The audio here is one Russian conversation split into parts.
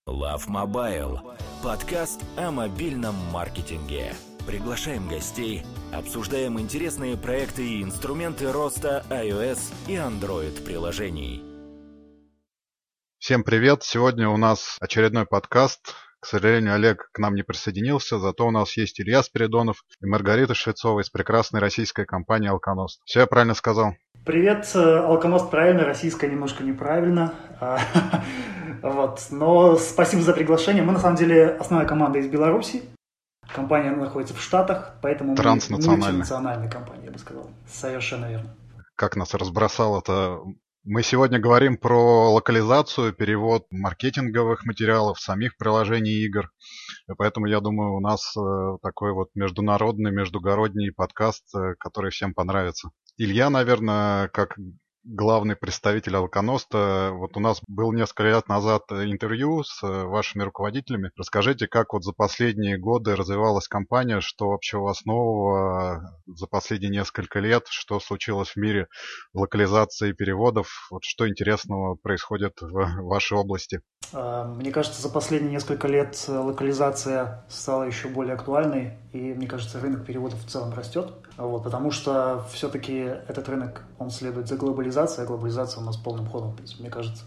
Love Mobile. Подкаст о мобильном маркетинге. Приглашаем гостей, обсуждаем интересные проекты и инструменты роста iOS и Android приложений. Всем привет! Сегодня у нас очередной подкаст. К сожалению, Олег к нам не присоединился, зато у нас есть Илья Спиридонов и Маргарита Швецова из прекрасной российской компании «Алконост». Все я правильно сказал? Привет, «Алконост» правильно, российская немножко неправильно. Но спасибо за приглашение. Мы на самом деле основная команда из Беларуси. Компания находится в Штатах, поэтому мы мультинациональная компания, я бы сказал. Совершенно верно. Как нас разбросало-то. Мы сегодня говорим про локализацию, перевод маркетинговых материалов, самих приложений игр. И поэтому, я думаю, у нас такой вот международный, междугородний подкаст, который всем понравится. Илья, наверное, как главный представитель «Алконоста», вот у нас был несколько лет назад интервью с вашими руководителями. Расскажите, как вот за последние годы развивалась компания, что вообще у вас нового за последние несколько лет, что случилось в мире локализации переводов, вот что интересного происходит в вашей области? Мне кажется, за последние несколько лет локализация стала еще более актуальной, и, мне кажется, рынок переводов в целом растет, потому что все-таки этот рынок, он следует за глобализацией, а глобализация у нас полным ходом, в принципе, мне кажется.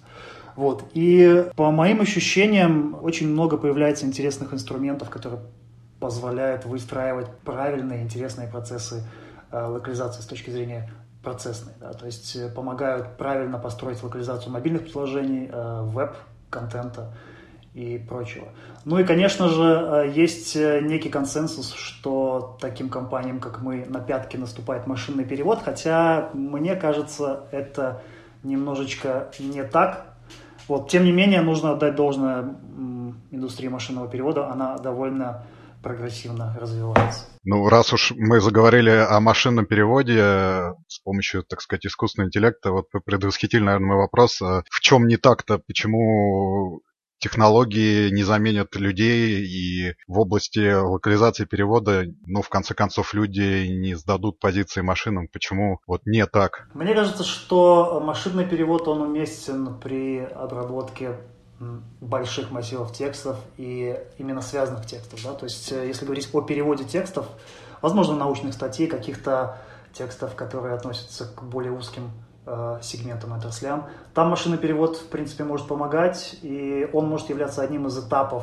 И по моим ощущениям, очень много появляется интересных инструментов, которые позволяют выстраивать правильные, интересные процессы локализации с точки зрения процессной, то есть помогают правильно построить локализацию мобильных приложений, веб-контента и прочего. И, конечно же, есть некий консенсус, что таким компаниям, как мы, на пятки наступает машинный перевод, хотя, мне кажется, это немножечко не так. Тем не менее, нужно отдать должное индустрии машинного перевода, она довольно прогрессивно развивается. Раз уж мы заговорили о машинном переводе с помощью, так сказать, искусственного интеллекта, вы предвосхитили, наверное, мой вопрос. В чем не так-то? Почему технологии не заменят людей, и в области локализации перевода, в конце концов, люди не сдадут позиции машинам? Почему не так? Мне кажется, что машинный перевод, он уместен при обработке больших массивов текстов и именно связанных текстов. То есть, если говорить о переводе текстов, возможно, научных статей, каких-то текстов, которые относятся к более узким сегментам, отраслям, там машинный перевод, в принципе, может помогать, и он может являться одним из этапов,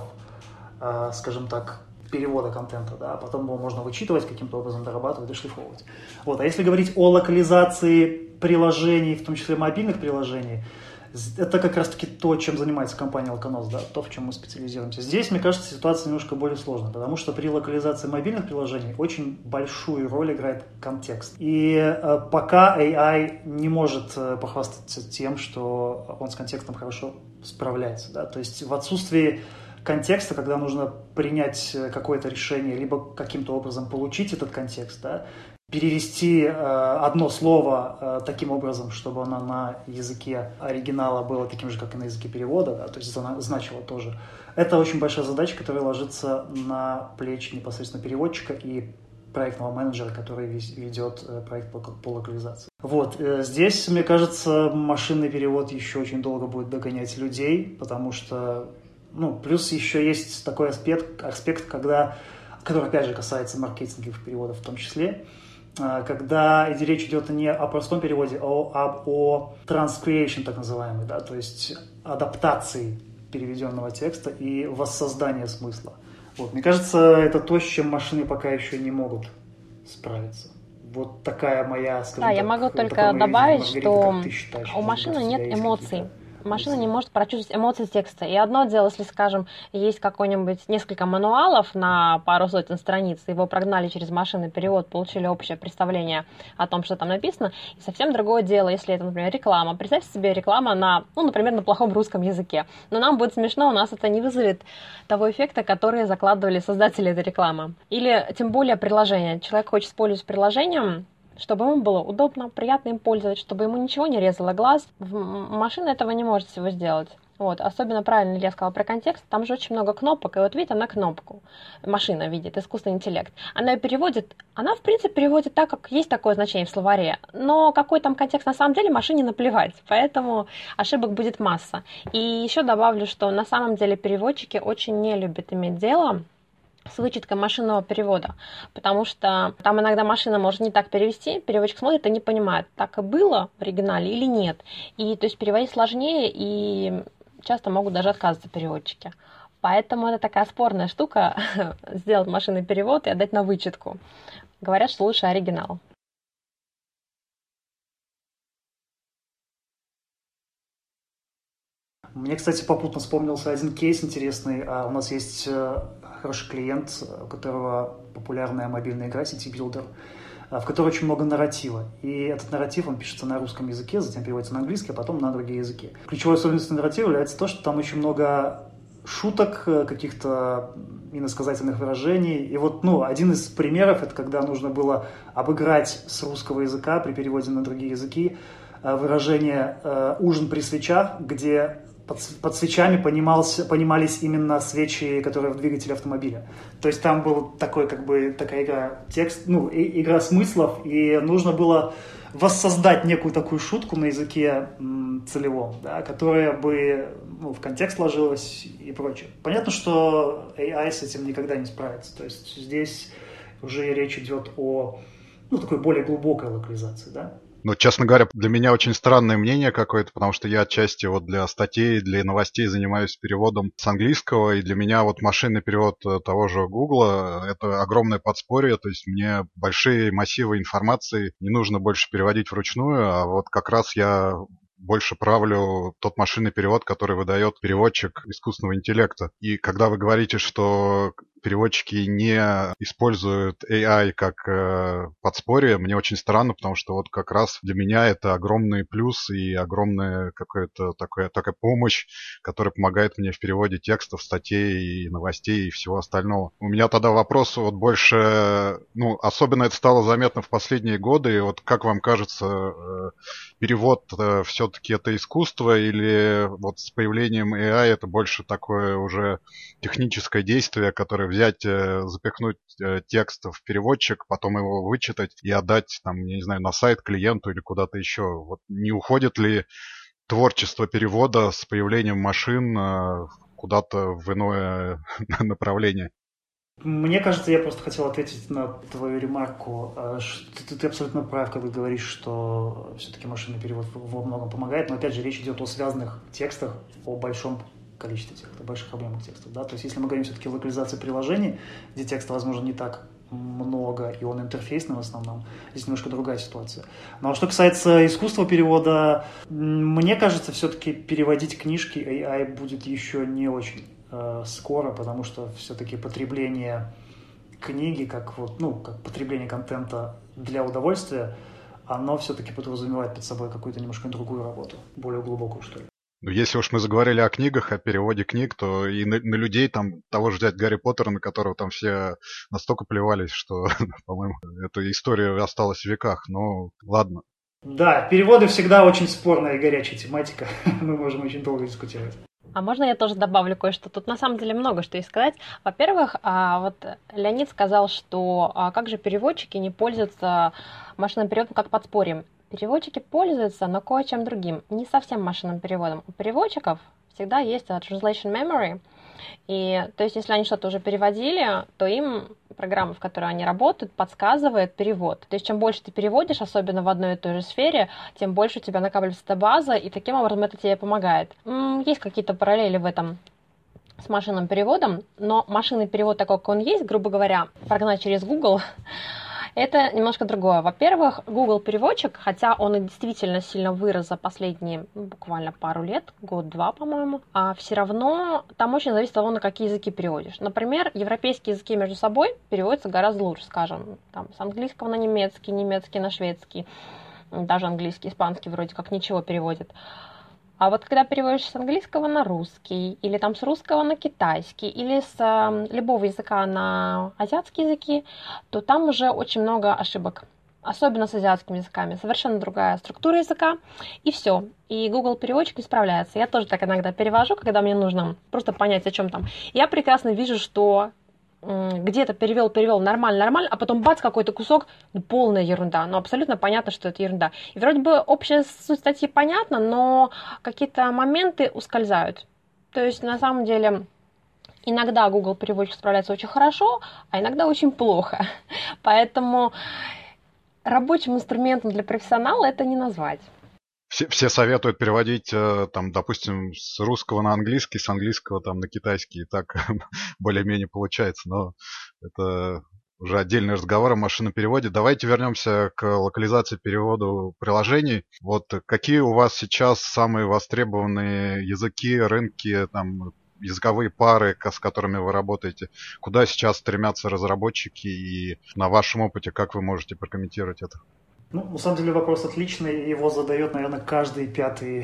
скажем так, перевода контента, а потом его можно вычитывать, каким-то образом дорабатывать и шлифовывать. А если говорить о локализации приложений, в том числе мобильных приложений, это как раз-таки то, чем занимается компания «Алконост», то, в чем мы специализируемся. Здесь, мне кажется, ситуация немножко более сложная, потому что при локализации мобильных приложений очень большую роль играет контекст. И пока AI не может похвастаться тем, что он с контекстом хорошо справляется. То есть в отсутствии контекста, когда нужно принять какое-то решение, либо каким-то образом получить этот контекст, перевести одно слово таким образом, чтобы оно на языке оригинала было таким же, как и на языке перевода, то есть значило тоже. Это очень большая задача, которая ложится на плечи непосредственно переводчика и проектного менеджера, который ведет проект по локализации. Здесь, мне кажется, машинный перевод еще очень долго будет догонять людей, потому что, плюс еще есть такой аспект, который, опять же, касается маркетинговых переводов в том числе, когда речь идет не о простом переводе, а о transcreation, так называемый, то есть адаптации переведенного текста и воссоздания смысла. Мне кажется, это то, с чем машины пока еще не могут справиться. Такая моя, скажем так, я могу только добавить, что у машины нет эмоций. Машина не может прочувствовать эмоции текста. И одно дело, если, скажем, есть какой-нибудь несколько мануалов на пару сотен страниц, его прогнали через машинный перевод, получили общее представление о том, что там написано. И совсем другое дело, если это, например, реклама. Представьте себе реклама например, на плохом русском языке. Но нам будет смешно, у нас это не вызовет того эффекта, который закладывали создатели этой рекламы. Или, тем более, приложение. Человек хочет использовать приложением, чтобы ему было удобно, приятно им пользоваться, чтобы ему ничего не резало глаз. Машина этого не может всего сделать. Вот, особенно правильно ли я сказала про контекст, там же очень много кнопок, и вот видите, она кнопку, машина видит, искусственный интеллект. Она ее переводит, она в принципе переводит так, как есть такое значение в словаре, но какой там контекст на самом деле машине наплевать, поэтому ошибок будет масса. И еще добавлю, что на самом деле переводчики очень не любят иметь дело с вычеткой машинного перевода, потому что там иногда машина может не так перевести, переводчик смотрит и не понимает, так и было в оригинале или нет. И то есть переводить сложнее, и часто могут даже отказываться переводчики. Поэтому это такая спорная штука, сделать машинный перевод и отдать на вычетку. Говорят, что лучше оригинал. Мне, кстати, попутно вспомнился один кейс интересный. У нас есть хороший клиент, у которого популярная мобильная игра City Builder, в которой очень много нарратива. И этот нарратив, он пишется на русском языке, затем переводится на английский, а потом на другие языки. Ключевой особенностью нарратива является то, что там очень много шуток, каких-то иносказательных выражений. И вот, один из примеров, это когда нужно было обыграть с русского языка при переводе на другие языки выражение «ужин при свечах», где под свечами понимались именно свечи, которые в двигателе автомобиля. То есть там был такая игра игра смыслов, и нужно было воссоздать некую такую шутку на языке целевом, да, которая бы в контекст ложилась и прочее. Понятно, что AI с этим никогда не справится. То есть здесь уже речь идет о такой более глубокой локализации, да. Ну, честно говоря, для меня очень странное мнение какое-то, потому что я отчасти для статей, для новостей занимаюсь переводом с английского, и для меня машинный перевод того же Гугла — это огромное подспорье, то есть мне большие массивы информации не нужно больше переводить вручную, а вот как раз я больше правлю тот машинный перевод, который выдает переводчик искусственного интеллекта. И когда вы говорите, что переводчики не используют AI как подспорье, мне очень странно, потому что как раз для меня это огромный плюс и огромная какая-то такая помощь, которая помогает мне в переводе текстов, статей и новостей и всего остального. У меня тогда вопрос больше, особенно это стало заметно в последние годы, и как вам кажется, перевод все-таки это искусство или с появлением AI это больше такое уже техническое действие, которое взять, запихнуть текст в переводчик, потом его вычитать и отдать, на сайт клиенту или куда-то еще. Не уходит ли творчество перевода с появлением машин куда-то в иное направление? Мне кажется, я просто хотел ответить на твою ремарку. Ты абсолютно прав, когда говоришь, что все-таки машинный перевод во многом помогает, но опять же речь идет о связанных текстах, о большом количестве текстов, больших объемах текстов. Да? То есть если мы говорим все-таки о локализации приложений, где текста, возможно, не так много, и он интерфейсный в основном, здесь немножко другая ситуация. Но что касается искусства перевода, мне кажется, все-таки переводить книжки AI будет еще не очень скоро, потому что все-таки потребление книги, как потребление контента для удовольствия, оно все-таки подразумевает под собой какую-то немножко другую работу, более глубокую, что ли. Если уж мы заговорили о книгах, о переводе книг, то и на людей того же взять Гарри Поттера, на которого там все настолько плевались, что, по-моему, эта история осталась в веках. Но ладно. Да, переводы всегда очень спорная и горячая тематика. Мы можем очень долго дискутировать. А можно я тоже добавлю кое-что? Тут на самом деле много что и сказать. Во-первых, Леонид сказал, что как же переводчики не пользуются машинным переводом как подспорьем. Переводчики пользуются, но кое-чем другим, не совсем машинным переводом. У переводчиков всегда есть translation memory, и то есть если они что-то уже переводили, то им программа, в которой они работают, подсказывает перевод. То есть чем больше ты переводишь, особенно в одной и той же сфере, тем больше у тебя накапливается эта база, и таким образом это тебе помогает. Есть какие-то параллели в этом с машинным переводом, но машинный перевод такой, как он есть, грубо говоря, прогнать через Google, это немножко другое. Во-первых, Google переводчик, хотя он и действительно сильно вырос за последние буквально пару лет, год-два, по-моему, а все равно там очень зависит от того, на какие языки переводишь. Например, европейские языки между собой переводятся гораздо лучше, скажем, с английского на немецкий, немецкий на шведский, даже английский, испанский вроде как ничего переводит. А вот когда переводишь с английского на русский, или с русского на китайский, или с любого языка на азиатские языки, то там уже очень много ошибок. особенно с азиатскими языками, совершенно другая структура языка, и все. И Google переводчик не справляется. Я тоже так иногда перевожу, когда мне нужно просто понять, о чем там. Я прекрасно вижу, что где-то перевел нормально, а потом бац, какой-то кусок, полная ерунда. Абсолютно понятно, что это ерунда. И вроде бы общая суть статьи понятна, но какие-то моменты ускользают. То есть, на самом деле, иногда Google переводчик справляется очень хорошо, а иногда очень плохо. Поэтому рабочим инструментом для профессионала это не назвать. Все советуют переводить, там, допустим, с русского на английский, с английского там, на китайский, и так более-менее получается, но это уже отдельный разговор о машинном переводе. Давайте вернемся к локализации переводу приложений. Вот какие у вас сейчас самые востребованные языки, рынки, там, языковые пары, с которыми вы работаете? Куда сейчас стремятся разработчики? И на вашем опыте как вы можете прокомментировать это? На самом деле вопрос отличный, его задает, наверное, каждый пятый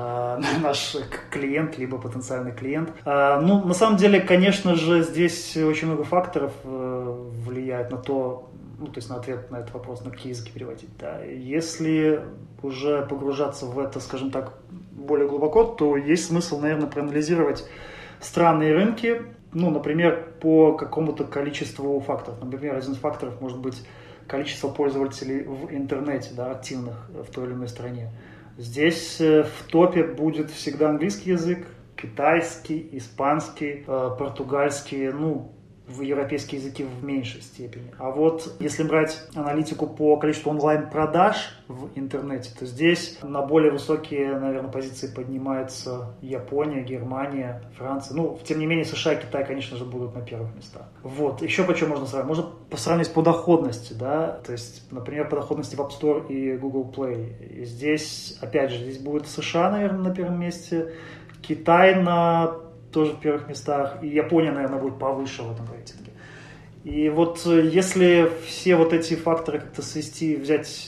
наш клиент, либо потенциальный клиент. На самом деле, конечно же, здесь очень много факторов влияет на то, то есть на ответ на этот вопрос, на какие языки переводить. Да. Если уже погружаться в это, скажем так, более глубоко, то есть смысл, наверное, проанализировать страны и рынки, например, по какому-то количеству факторов. Например, один из факторов может быть количество пользователей в интернете, да, активных в той или иной стране. Здесь в топе будет всегда английский язык, китайский, испанский, португальский, европейские языки в меньшей степени. А вот если брать аналитику по количеству онлайн-продаж в интернете, то здесь на более высокие, наверное, позиции поднимается Япония, Германия, Франция. Тем не менее, США и Китай, конечно же, будут на первых местах. Вот. Еще по чем можно сравнить? Можно сравнить по доходности, да, то есть, например, по доходности в App Store и Google Play. И здесь, опять же, здесь будет США, наверное, на первом месте, Китай тоже в первых местах, и Япония, наверное, будет повыше в этом рейтинге. И вот если все вот эти факторы как-то свести, взять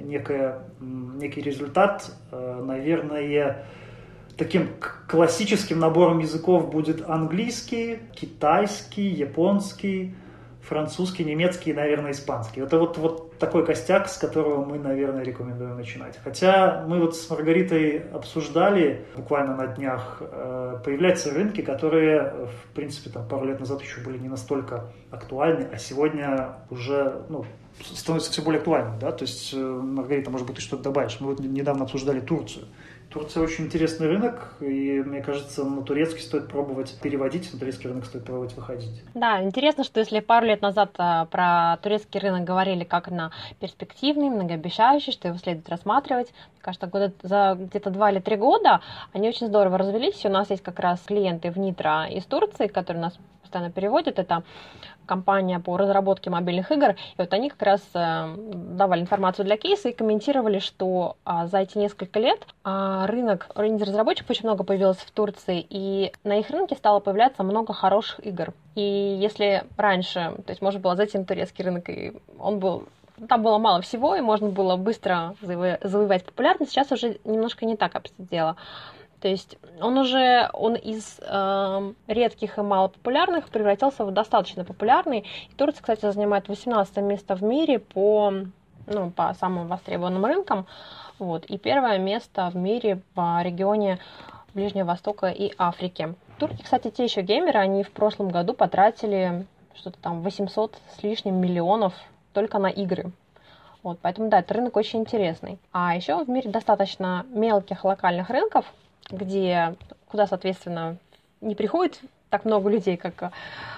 некий результат, наверное, таким классическим набором языков будет английский, китайский, японский, французский, немецкий и, наверное, испанский. Это вот такой костяк, с которого мы, наверное, рекомендуем начинать. Хотя мы вот с Маргаритой обсуждали буквально на днях, появляются рынки, которые, в принципе, там, пару лет назад еще были не настолько актуальны, а сегодня уже становятся все более актуальными. Да? То есть, Маргарита, может быть, ты что-то добавишь. Мы вот недавно обсуждали Турцию. Турция очень интересный рынок, и, мне кажется, на турецкий стоит пробовать переводить, на турецкий рынок стоит пробовать выходить. Да, интересно, что если пару лет назад про турецкий рынок говорили как на перспективный, многообещающий, что его следует рассматривать, мне кажется, за где-то 2 или 3 года они очень здорово развелись. У нас есть как раз клиенты в Нитро из Турции, которые нас постоянно переводят. Это компания по разработке мобильных игр. И вот они как раз давали информацию для кейса и комментировали, что за эти несколько лет рынок инди-разработчиков очень много появилось в Турции, и на их рынке стало появляться много хороших игр. И если раньше, то есть можно было зайти на турецкий рынок, и там было мало всего, и можно было быстро завоевать популярность, сейчас уже немножко не так обстоит дело. То есть он из редких и малопопулярных превратился в достаточно популярный. И Турция, кстати, занимает 18 место в мире по самым востребованным рынкам. Вот. И 1 место в мире по регионе Ближнего Востока и Африки. Турки, кстати, те еще геймеры, они в прошлом году потратили что-то там 800 с лишним миллионов только на игры. Вот, поэтому, да, это рынок очень интересный. А еще в мире достаточно мелких локальных рынков, куда, соответственно, не приходит так много людей, как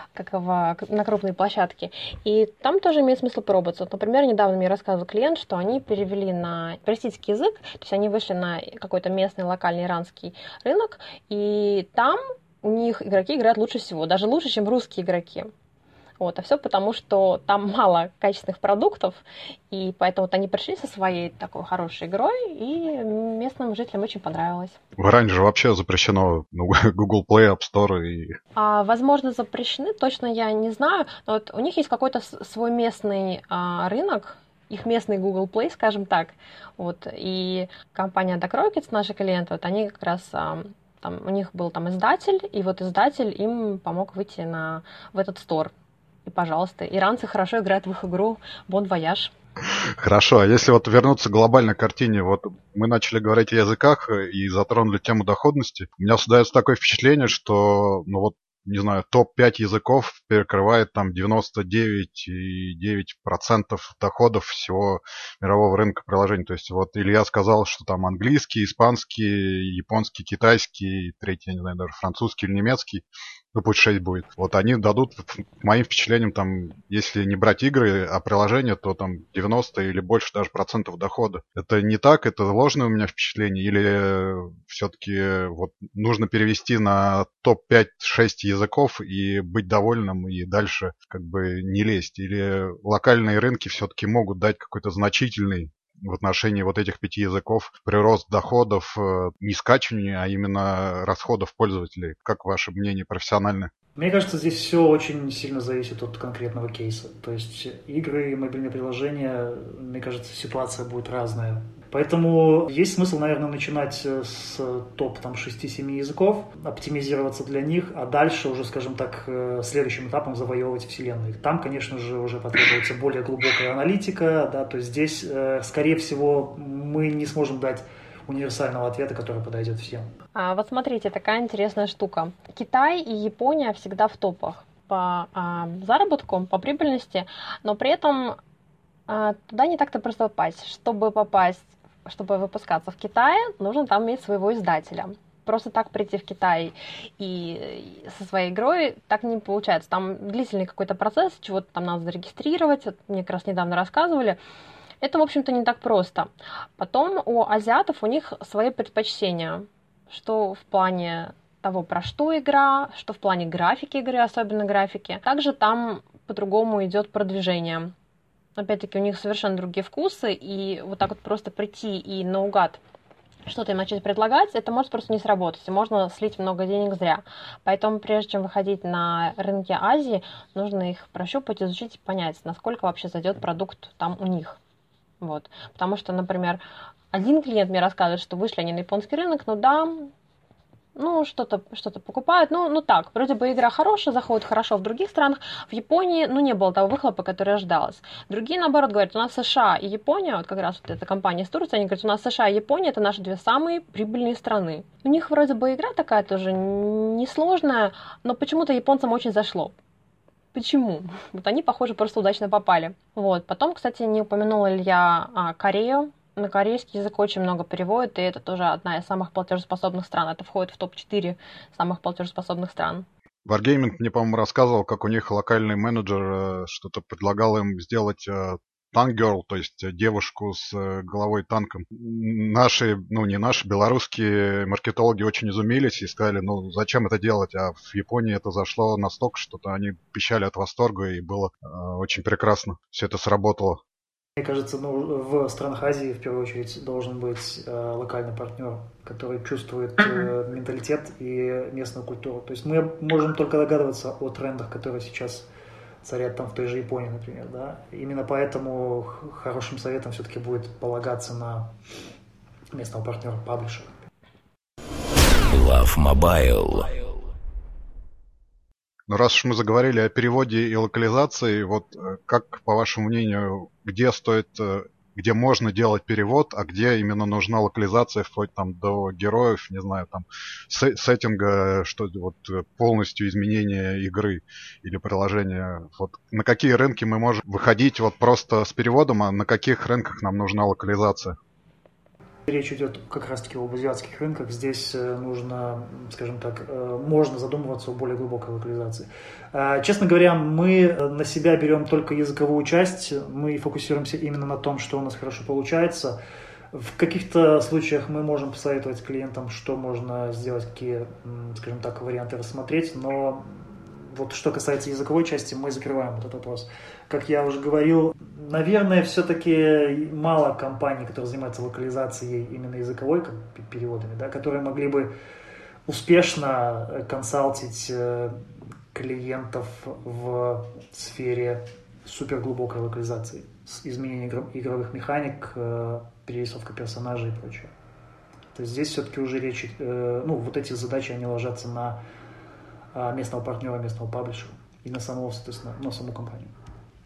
на крупные площадки. И там тоже имеет смысл пробоваться. Вот, например, недавно мне рассказывал клиент, что они перевели на персидский язык, то есть они вышли на какой-то местный локальный иранский рынок, и там у них игроки играют лучше всего, даже лучше, чем русские игроки. Вот, а все потому, что там мало качественных продуктов, и поэтому вот они пришли со своей такой хорошей игрой, и местным жителям очень понравилось. В Иране же вообще запрещено Google Play, App Store и... Возможно, запрещены, точно я не знаю, но вот у них есть какой-то свой местный рынок, их местный Google Play, скажем так. Вот, и компания Duck Rockets, наши клиенты, вот они как раз... у них был там издатель, и вот издатель им помог выйти в этот стор. И, пожалуйста, иранцы хорошо играют в их игру Bon Voyage. Хорошо, а если вот вернуться к глобальной картине, вот мы начали говорить о языках и затронули тему доходности. У меня создается такое впечатление, что, ну вот, не знаю, топ-5 языков перекрывает там 99,9% доходов всего мирового рынка приложений. То есть вот Илья сказал, что там английский, испанский, японский, китайский, третий, я не знаю, даже французский или немецкий. Ну, пусть 6 будет. Вот они дадут, по моим впечатлениям, там, если не брать игры, а приложения, то там 90 или больше даже процентов дохода. Это не так? Это ложное у меня впечатление? Или все-таки вот нужно перевести на топ-5-6 языков и быть довольным, и дальше как бы не лезть? Или локальные рынки все-таки могут дать какой-то значительный в отношении вот этих 5 языков прирост доходов не скачивания, а именно расходов пользователей? Как ваше мнение профессиональное? Мне кажется, здесь все очень сильно зависит от конкретного кейса. То есть игры и мобильные приложения, мне кажется, ситуация будет разная. Поэтому есть смысл, наверное, начинать с топ 6-7 языков, оптимизироваться для них, а дальше уже, скажем так, следующим этапом завоевывать вселенную. Там, конечно же, уже потребуется более глубокая аналитика, да, то есть здесь, скорее всего, мы не сможем дать универсального ответа, который подойдет всем. Вот смотрите, такая интересная штука. Китай и Япония всегда в топах по заработку, по прибыльности, но при этом туда не так-то просто попасть. Чтобы выпускаться в Китае, нужно там иметь своего издателя. Просто так прийти в Китай и со своей игрой так не получается. Там длительный какой-то процесс, чего-то там надо зарегистрировать, мне как раз недавно рассказывали. Это, в общем-то, не так просто. Потом у азиатов у них свои предпочтения, что в плане того, про что игра, что в плане графики игры, особенно графики. Также там по-другому идет продвижение. Опять-таки, у них совершенно другие вкусы, и вот так вот просто прийти и наугад что-то им начать предлагать, это может просто не сработать, и можно слить много денег зря. Поэтому, прежде чем выходить на рынки Азии, нужно их прощупать, изучить и понять, насколько вообще зайдет продукт там у них. Вот. Потому что, например, один клиент мне рассказывает, что вышли они на японский рынок, что-то покупают, так, вроде бы игра хорошая, заходит хорошо в других странах, в Японии, не было того выхлопа, который ожидалось. Другие, наоборот, говорят, у нас США и Япония, вот как раз вот эта компания из Турции, они говорят, у нас США и Япония, это наши две самые прибыльные страны. У них вроде бы игра такая тоже несложная, но почему-то японцам очень зашло. Почему? Вот они, похоже, просто удачно попали. Вот. Потом, кстати, не упомянула ли я Корею. На корейский язык очень много переводят, и это тоже одна из самых платежеспособных стран. Это входит в топ-4 самых платежеспособных стран. Wargaming мне, по-моему, рассказывал, как у них локальный менеджер что-то предлагал им сделать Tank Girl, то есть девушку с головой танком. Наши, не наши, белорусские маркетологи очень изумились и сказали, зачем это делать? А в Японии это зашло настолько, что-то они пищали от восторга, и было очень прекрасно. Все это сработало. Мне кажется, в странах Азии в первую очередь должен быть локальный партнер, который чувствует менталитет и местную культуру. То есть мы можем только догадываться о трендах, которые сейчас царят там в той же Японии, например. Да? Именно поэтому хорошим советом все-таки будет полагаться на местного партнера, паблишера. Love Mobile. Раз уж мы заговорили о переводе и локализации, вот как, по вашему мнению, где можно делать перевод, а где именно нужна локализация, вплоть там до героев, не знаю, там сеттинга, что вот полностью изменение игры или приложения. Вот на какие рынки мы можем выходить вот просто с переводом, а на каких рынках нам нужна локализация? Речь идет как раз-таки об азиатских рынках. Здесь нужно, скажем так, можно задумываться о более глубокой локализации. Честно говоря, мы на себя берем только языковую часть, мы фокусируемся именно на том, что у нас хорошо получается. В каких-то случаях мы можем посоветовать клиентам, что можно сделать, какие, скажем так, варианты рассмотреть, но вот что касается языковой части, мы закрываем этот вопрос. Как я уже говорил, наверное, все-таки мало компаний, которые занимаются локализацией именно языковой, как переводами, да, которые могли бы успешно консалтить клиентов в сфере суперглубокой локализации, с изменением игровых механик, перерисовка персонажей и прочее. То есть здесь все-таки уже речь, вот эти задачи, они ложатся на местного партнера, местного паблишера и на самого, соответственно, на саму компанию.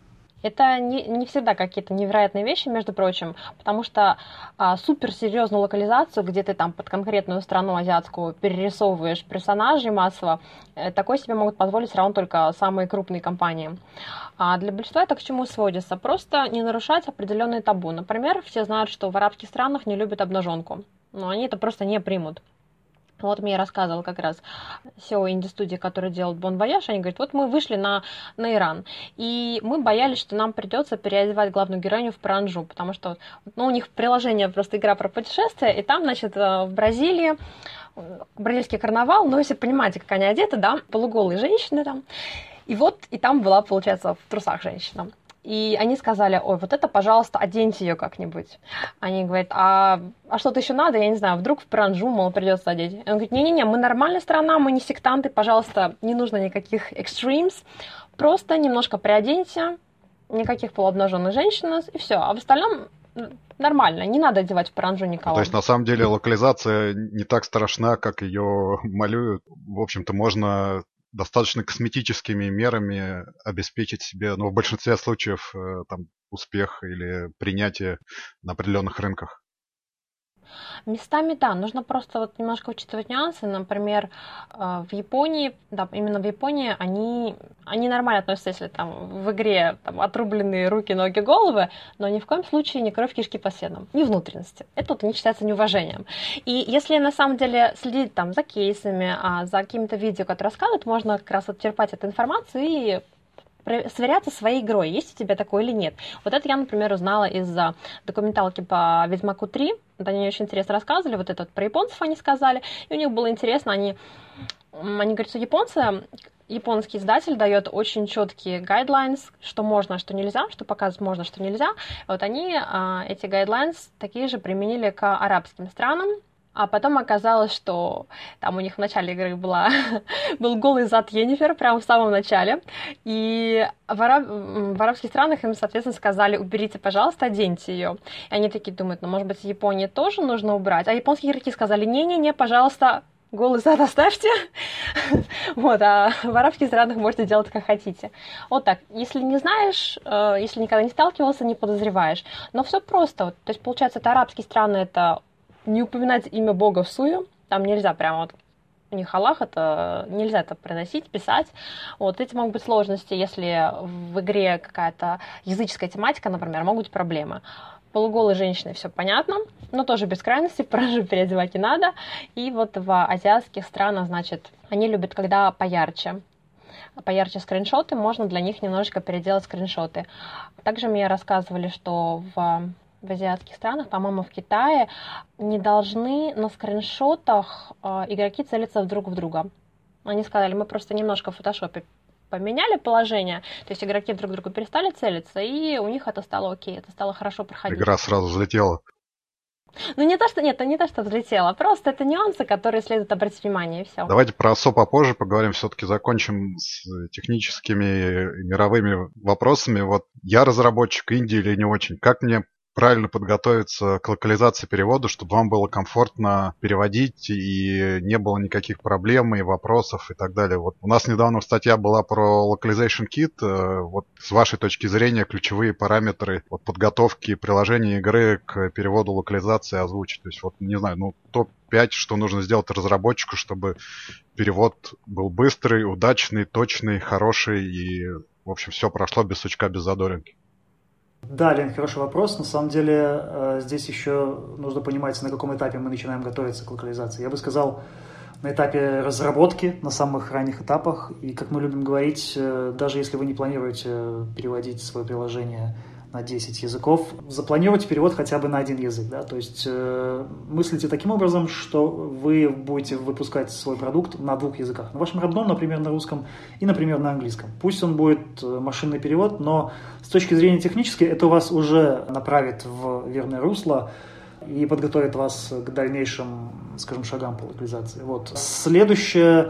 Это не всегда какие-то невероятные вещи, между прочим, потому что суперсерьезную локализацию, где ты там под конкретную страну азиатскую перерисовываешь персонажей массово, такое себе могут позволить равно только самые крупные компании. А для большинства это к чему сводится? Просто не нарушать определенные табу. Например, все знают, что в арабских странах не любят обнаженку, но они это просто не примут. Вот мне рассказывал как раз SEO инди-студии, который делает Bon Voyage, они говорят, вот мы вышли на Иран, и мы боялись, что нам придется переодевать главную героиню в паранджу, потому что у них приложение просто игра про путешествия, и там, значит, в Бразилии бразильский карнавал, ну, если понимаете, как они одеты, да, полуголые женщины там, и вот, и там была, получается, в трусах женщина. И они сказали, ой, вот это, пожалуйста, оденьте ее как-нибудь. Они говорят, а что-то еще надо? Я не знаю, вдруг в паранджу, мол, придется одеть. И он говорит, не-не-не, мы нормальная страна, мы не сектанты, пожалуйста, не нужно никаких extremes, просто немножко приоденьте, никаких полуобнаженных женщин, и все. А в остальном нормально, не надо одевать в паранджу никого. То есть, на самом деле, локализация не так страшна, как ее малюют. В общем-то, можно достаточно косметическими мерами обеспечить себе, в большинстве случаев, там, успех или принятие на определенных рынках. Местами, да, нужно просто вот немножко учитывать нюансы. Например, в Японии, да, именно в Японии они нормально относятся, если там в игре там, отрубленные руки, ноги, головы, но ни в коем случае не кровь, кишки по стенам, не внутренности. Это вот у них считается неуважением. И если на самом деле следить там за кейсами, за какими-то видео, которые рассказывают, можно как раз вот черпать эту информацию и сверяться своей игрой, есть у тебя такое или нет. Вот это я, например, узнала из документалки по Ведьмаку 3. Вот они очень интересно рассказывали, вот это вот про японцев они сказали, и у них было интересно, они говорят, что японский издатель дает очень четкие guidelines, что можно, что нельзя, что показывать можно, что нельзя. Вот они эти guidelines такие же применили к арабским странам. А потом оказалось, что там у них в начале игры был голый зад Йеннифер прямо в самом начале. И в арабских странах им, соответственно, сказали, уберите, пожалуйста, оденьте ее. И они такие думают, может быть, в Японии тоже нужно убрать? А японские игроки сказали, не-не-не, пожалуйста, голый зад оставьте. Вот, а в арабских странах можете делать, как хотите. Вот так. Если не знаешь, если никогда не сталкивался, не подозреваешь. Но все просто. То есть, получается, это арабские страны, это не упоминать имя Бога в суе, там нельзя прямо вот, у них Аллах, это нельзя это приносить, писать. Вот эти могут быть сложности, если в игре какая-то языческая тематика, например, могут быть проблемы. Полуголые женщины, все понятно, но тоже без крайности, паранджу переодевать не надо. И вот в азиатских странах, значит, они любят, когда поярче скриншоты, можно для них немножечко переделать скриншоты. Также мне рассказывали, что в азиатских странах, по-моему, в Китае, не должны на скриншотах игроки целиться друг в друга. Они сказали, мы просто немножко в фотошопе поменяли положение, то есть игроки друг другу перестали целиться, и у них это стало окей, это стало хорошо проходить. Игра сразу взлетела. Не то, что взлетело, просто это нюансы, которые следует обратить внимание, и все. Давайте про SEO попозже поговорим, все-таки закончим с техническими мировыми вопросами. Вот я разработчик Индии или не очень, как мне правильно подготовиться к локализации перевода, чтобы вам было комфортно переводить и не было никаких проблем и вопросов и так далее. Вот у нас недавно статья была про Localization Kit. Вот с вашей точки зрения ключевые параметры подготовки приложения игры к переводу, локализации, озвучить. То есть вот, не знаю, топ-5, что нужно сделать разработчику, чтобы перевод был быстрый, удачный, точный, хороший и, в общем, все прошло без сучка, без задоринки. Да, Лен, хороший вопрос. На самом деле здесь еще нужно понимать, на каком этапе мы начинаем готовиться к локализации. Я бы сказал, на этапе разработки, на самых ранних этапах. И, как мы любим говорить, даже если вы не планируете переводить свое приложение на 10 языков, запланируйте перевод хотя бы на один язык. Да? То есть мыслите таким образом, что вы будете выпускать свой продукт на 2 языках. На вашем родном, например, на русском и, например, на английском. Пусть он будет машинный перевод, но с точки зрения технической это вас уже направит в верное русло и подготовит вас к дальнейшим, скажем, шагам по локализации. Вот. Следующее...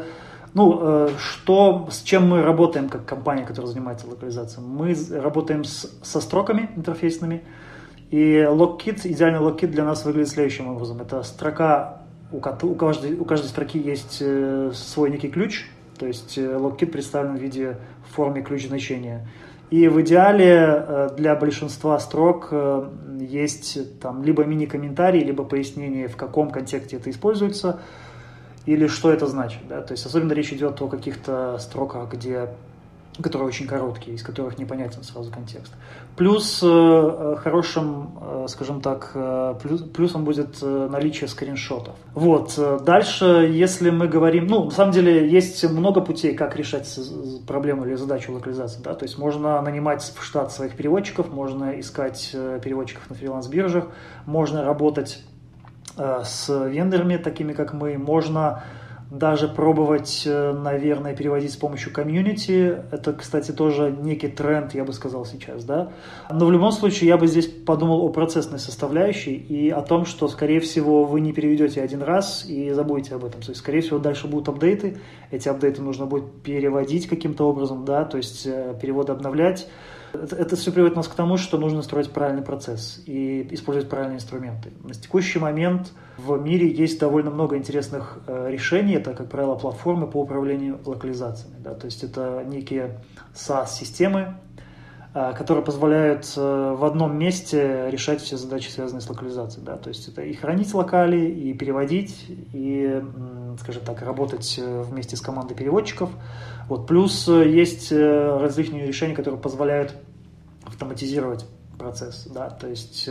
с чем мы работаем как компания, которая занимается локализацией? Мы работаем со строками интерфейсными, и идеальный логкит для нас выглядит следующим образом. Это строка, у каждой строки есть свой некий ключ, то есть логкит представлен в форме ключ значения. И в идеале для большинства строк есть там либо мини-комментарий, либо пояснение, в каком контексте это используется, или что это значит. Да? То есть особенно речь идет о каких-то строках, которые очень короткие, из которых непонятен сразу контекст. Плюс хорошим, скажем так, плюсом будет наличие скриншотов. Вот. Дальше, если мы говорим, на самом деле есть много путей, как решать проблему или задачу локализации. Да? То есть можно нанимать в штат своих переводчиков, можно искать переводчиков на фриланс-биржах, можно работать с вендорами, такими как мы, можно даже пробовать, наверное, переводить с помощью комьюнити. Это, кстати, тоже некий тренд, я бы сказал, сейчас, да. Но в любом случае я бы здесь подумал о процессной составляющей и о том, что, скорее всего, вы не переведете один раз и забудете об этом. То есть, скорее всего, дальше будут апдейты. Эти апдейты нужно будет переводить каким-то образом, да, то есть переводы обновлять. Это все приводит нас к тому, что нужно строить правильный процесс и использовать правильные инструменты. На текущий момент в мире есть довольно много интересных решений. Это, как правило, платформы по управлению локализациями. Да? То есть это некие SaaS-системы, которые позволяют в одном месте решать все задачи, связанные с локализацией. Да? То есть это и хранить локали, и переводить, и, скажем так, работать вместе с командой переводчиков. Вот. Плюс есть различные решения, которые позволяют автоматизировать процесс, да, то есть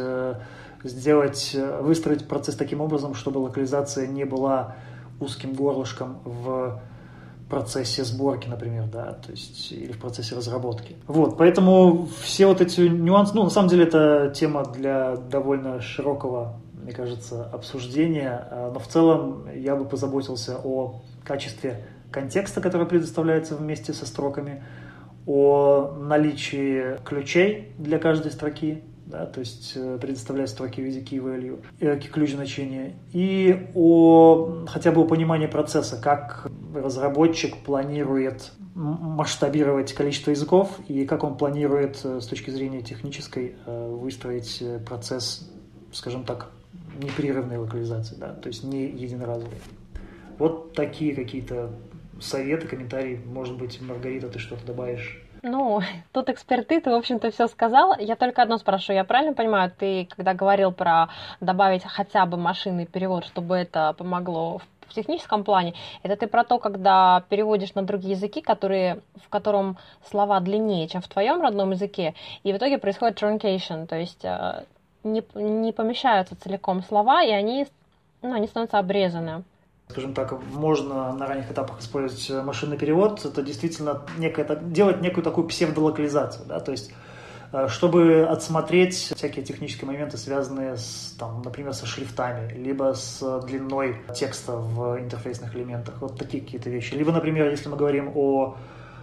выстроить процесс таким образом, чтобы локализация не была узким горлышком в процессе сборки, например, да, то есть или в процессе разработки. Вот, поэтому все вот эти нюансы, на самом деле это тема для довольно широкого, мне кажется, обсуждения, но в целом я бы позаботился о качестве контекста, который предоставляется вместе со строками, о наличии ключей для каждой строки, да, то есть предоставлять строки в виде key value, ключ значения, и хотя бы о понимании процесса, как разработчик планирует масштабировать количество языков и как он планирует с точки зрения технической выстроить процесс, скажем так, непрерывной локализации, да, то есть не единоразовой. Вот такие какие-то советы, комментарии. Может быть, Маргарита, ты что-то добавишь? Тут эксперты, ты, в общем-то, все сказал. Я только одно спрошу. Я правильно понимаю, ты, когда говорил про добавить хотя бы машинный перевод, чтобы это помогло в техническом плане, это ты про то, когда переводишь на другие языки, в котором слова длиннее, чем в твоем родном языке, и в итоге происходит truncation, то есть не помещаются целиком слова, и они становятся обрезаны. Скажем так, можно на ранних этапах использовать машинный перевод. Это действительно делать некую такую псевдолокализацию, да, то есть чтобы отсмотреть всякие технические моменты, связанные например, со шрифтами, либо с длиной текста в интерфейсных элементах, вот такие какие-то вещи. Либо, например, если мы говорим об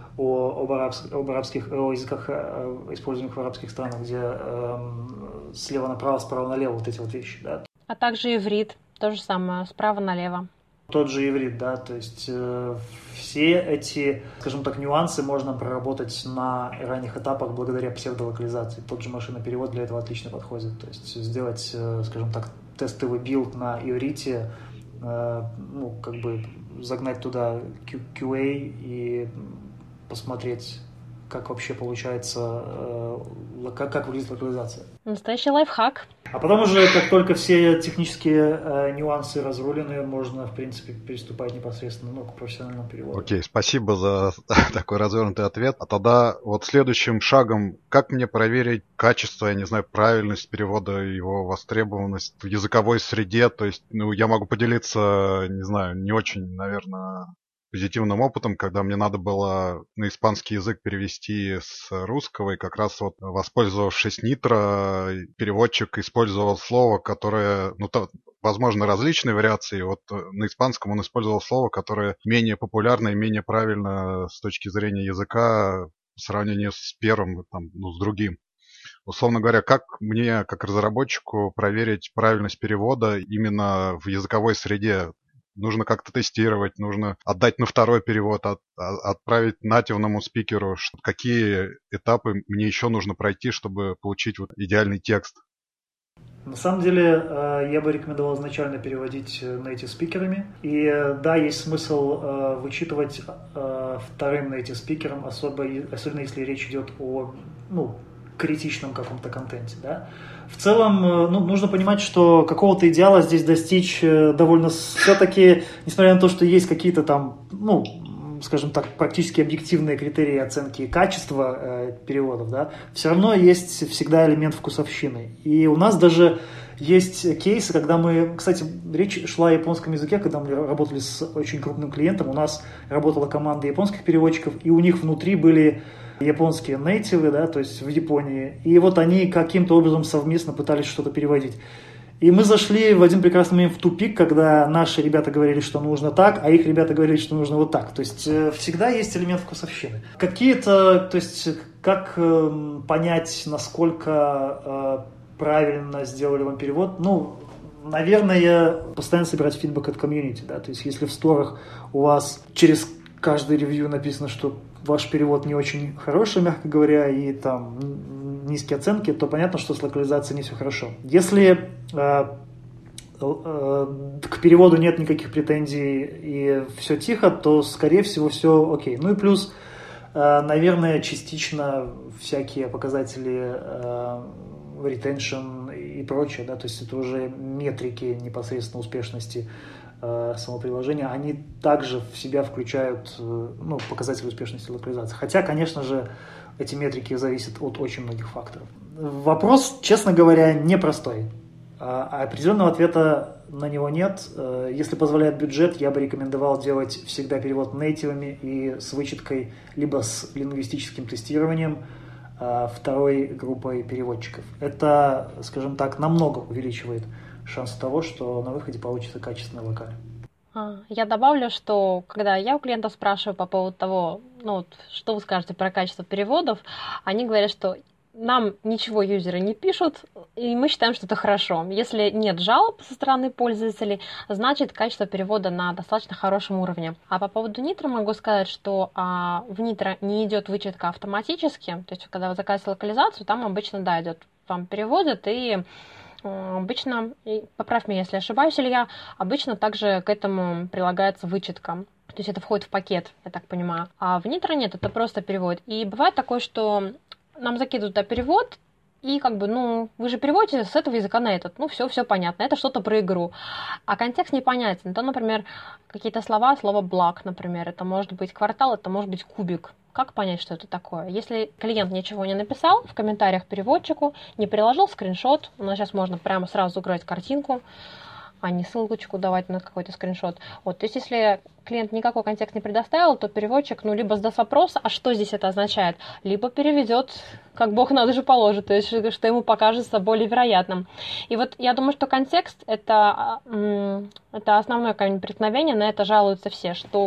языках, используемых в арабских странах, где слева направо, справа налево вот эти вот вещи, да. А также иврит, то же самое, справа налево. Тот же иврит, да, то есть все эти, скажем так, нюансы можно проработать на ранних этапах благодаря псевдолокализации. Тот же машинный перевод для этого отлично подходит. То есть сделать, скажем так, тестовый билд на иврите, загнать туда QA и посмотреть, как вообще получается, как выглядит локализация. Настоящий лайфхак. А потом уже, как только все технические нюансы разрулены, можно, в принципе, приступать непосредственно к профессиональному переводу. Окей, спасибо за такой развернутый ответ. А тогда вот следующим шагом, как мне проверить качество, я не знаю, правильность перевода, его востребованность в языковой среде? То есть, я могу поделиться, не знаю, не очень, наверное, позитивным опытом, когда мне надо было на испанский язык перевести с русского, и как раз вот, воспользовавшись Nitro, переводчик использовал слово, которое, возможно, различные вариации. Вот на испанском он использовал слово, которое менее популярно и менее правильно с точки зрения языка в сравнении с первым, с другим. Условно говоря, как мне, как разработчику, проверить правильность перевода именно в языковой среде? Нужно как-то тестировать, нужно отдать на второй перевод, отправить нативному спикеру. Какие этапы мне еще нужно пройти, чтобы получить вот идеальный текст? На самом деле, я бы рекомендовал изначально переводить native спикерами. И да, есть смысл вычитывать вторым native спикером, особенно если речь идет о критичном каком-то контенте. Да? В целом, нужно понимать, что какого-то идеала здесь достичь довольно все-таки, несмотря на то, что есть какие-то там, скажем так, практически объективные критерии оценки качества переводов, да, все равно есть всегда элемент вкусовщины. И у нас даже есть кейсы, когда мы, кстати, речь шла о японском языке, когда мы работали с очень крупным клиентом, у нас работала команда японских переводчиков, и у них внутри были японские нейтивы, да, то есть в Японии, и вот они каким-то образом совместно пытались что-то переводить. И мы зашли в один прекрасный момент в тупик, когда наши ребята говорили, что нужно так, а их ребята говорили, что нужно вот так. То есть всегда есть элемент вкусовщины. То есть как понять, насколько правильно сделали вам перевод? Наверное, постоянно собирать фидбэк от комьюнити, да, то есть если в сторах у вас через каждый ревью написано, что ваш перевод не очень хороший, мягко говоря, и там низкие оценки, то понятно, что с локализацией не все хорошо. Если к переводу нет никаких претензий и все тихо, то, скорее всего, все окей. Ну и плюс, наверное, частично всякие показатели retention и прочее, да, то есть это уже метрики непосредственно успешности самого приложения, они также в себя включают показатели успешности локализации. Хотя, конечно же, эти метрики зависят от очень многих факторов. Вопрос, честно говоря, непростой. Определенного ответа на него нет. Если позволяет бюджет, я бы рекомендовал делать всегда перевод нейтивами и с вычеткой, либо с лингвистическим тестированием второй группой переводчиков. Это, скажем так, намного увеличивает шанс того, что на выходе получится качественный локаль. Я добавлю, что когда я у клиентов спрашиваю по поводу того, что вы скажете про качество переводов, они говорят, что нам ничего юзеры не пишут, и мы считаем, что это хорошо. Если нет жалоб со стороны пользователей, значит качество перевода на достаточно хорошем уровне. А по поводу Nitro могу сказать, что в Nitro не идет вычетка автоматически, то есть когда вы заказываете локализацию, там обычно, идет, вам переводят, и обычно, поправь меня, если ошибаюсь, Илья, обычно также к этому прилагается вычетка. То есть это входит в пакет, я так понимаю. А в Nitro нет, это просто перевод. И бывает такое, что нам закидывают перевод, и вы же переводите с этого языка на этот. Все понятно, это что-то про игру. А контекст непонятен. То, например, какие-то слова, слово «блак», например, это может быть квартал, это может быть кубик. Как понять, что это такое? Если клиент ничего не написал в комментариях переводчику, не приложил скриншот, у нас сейчас можно прямо сразу загрузить картинку, а не ссылочку давать на какой-то скриншот. То есть, если клиент никакой контекст не предоставил, то переводчик, либо сдаст вопрос, а что здесь это означает, либо переведет, как Бог на душу положит, то есть, что ему покажется более вероятным. И я думаю, что контекст – это основное камень преткновения, на это жалуются все, что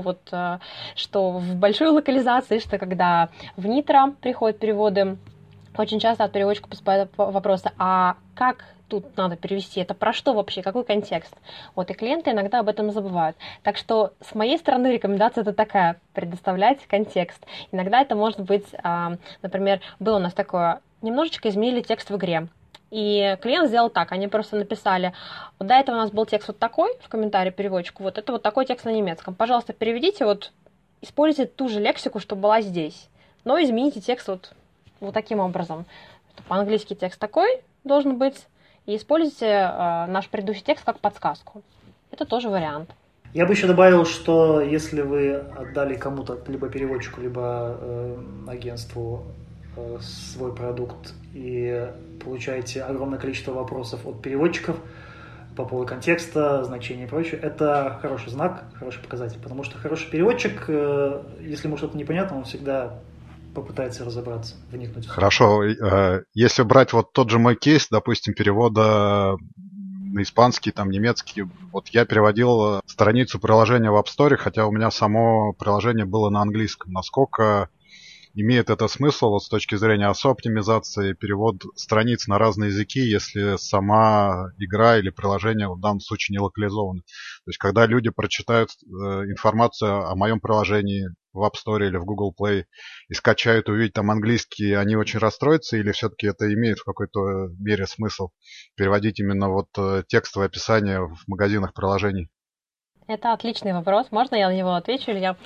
в большой локализации, что когда в Nitro приходят переводы, очень часто от переводчика поступают вопросы, а как тут надо перевести, это про что вообще, какой контекст? И клиенты иногда об этом забывают. Так что с моей стороны рекомендация это такая, предоставлять контекст. Иногда это может быть, например, было у нас такое, немножечко изменили текст в игре. И клиент сделал так, они просто написали, до этого у нас был текст такой, в комментарии переводчику, это такой текст на немецком. Пожалуйста, переведите, используйте ту же лексику, что была здесь, но измените текст таким образом. По-английски текст такой должен быть, и используйте наш предыдущий текст как подсказку. Это тоже вариант. Я бы еще добавил, что если вы отдали кому-то, либо переводчику, либо агентству свой продукт и получаете огромное количество вопросов от переводчиков по поводу контекста, значения и прочее, это хороший знак, хороший показатель, потому что хороший переводчик, если ему что-то непонятно, он всегда попытается разобраться, вникнуть. Хорошо. Если брать тот же мой кейс, допустим, перевода на испанский, немецкий, я переводил страницу приложения в App Store, хотя у меня само приложение было на английском. Насколько имеет это смысл с точки зрения ASO-оптимизации, перевод страниц на разные языки, если сама игра или приложение в данном случае не локализованы? То есть, когда люди прочитают информацию о моем приложении, в App Store или в Google Play и скачают, увидят там английский, они очень расстроятся, или все-таки это имеет в какой-то мере смысл переводить именно вот текстовое описание в магазинах приложений? Это отличный вопрос. Можно я на него отвечу, Илья?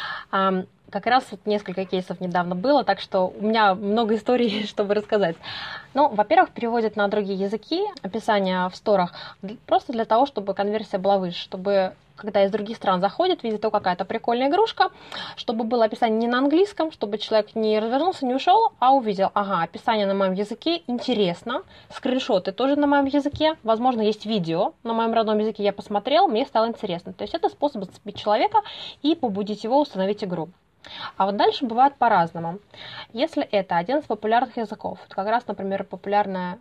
Как раз вот несколько кейсов недавно было, так что у меня много историй, чтобы рассказать. Ну, во-первых, переводят на другие языки описания в сторах просто для того, чтобы конверсия была выше, чтобы когда из других стран заходит, видит, какая-то прикольная игрушка, чтобы было описание не на английском, чтобы человек не развернулся, не ушел, а увидел, ага, описание на моем языке, интересно, скриншоты тоже на моем языке, возможно, есть видео на моем родном языке, я посмотрел, мне стало интересно. То есть это способ зацепить человека и побудить его установить игру. А вот дальше бывает по-разному. Если это один из популярных языков, как раз, например, популярная,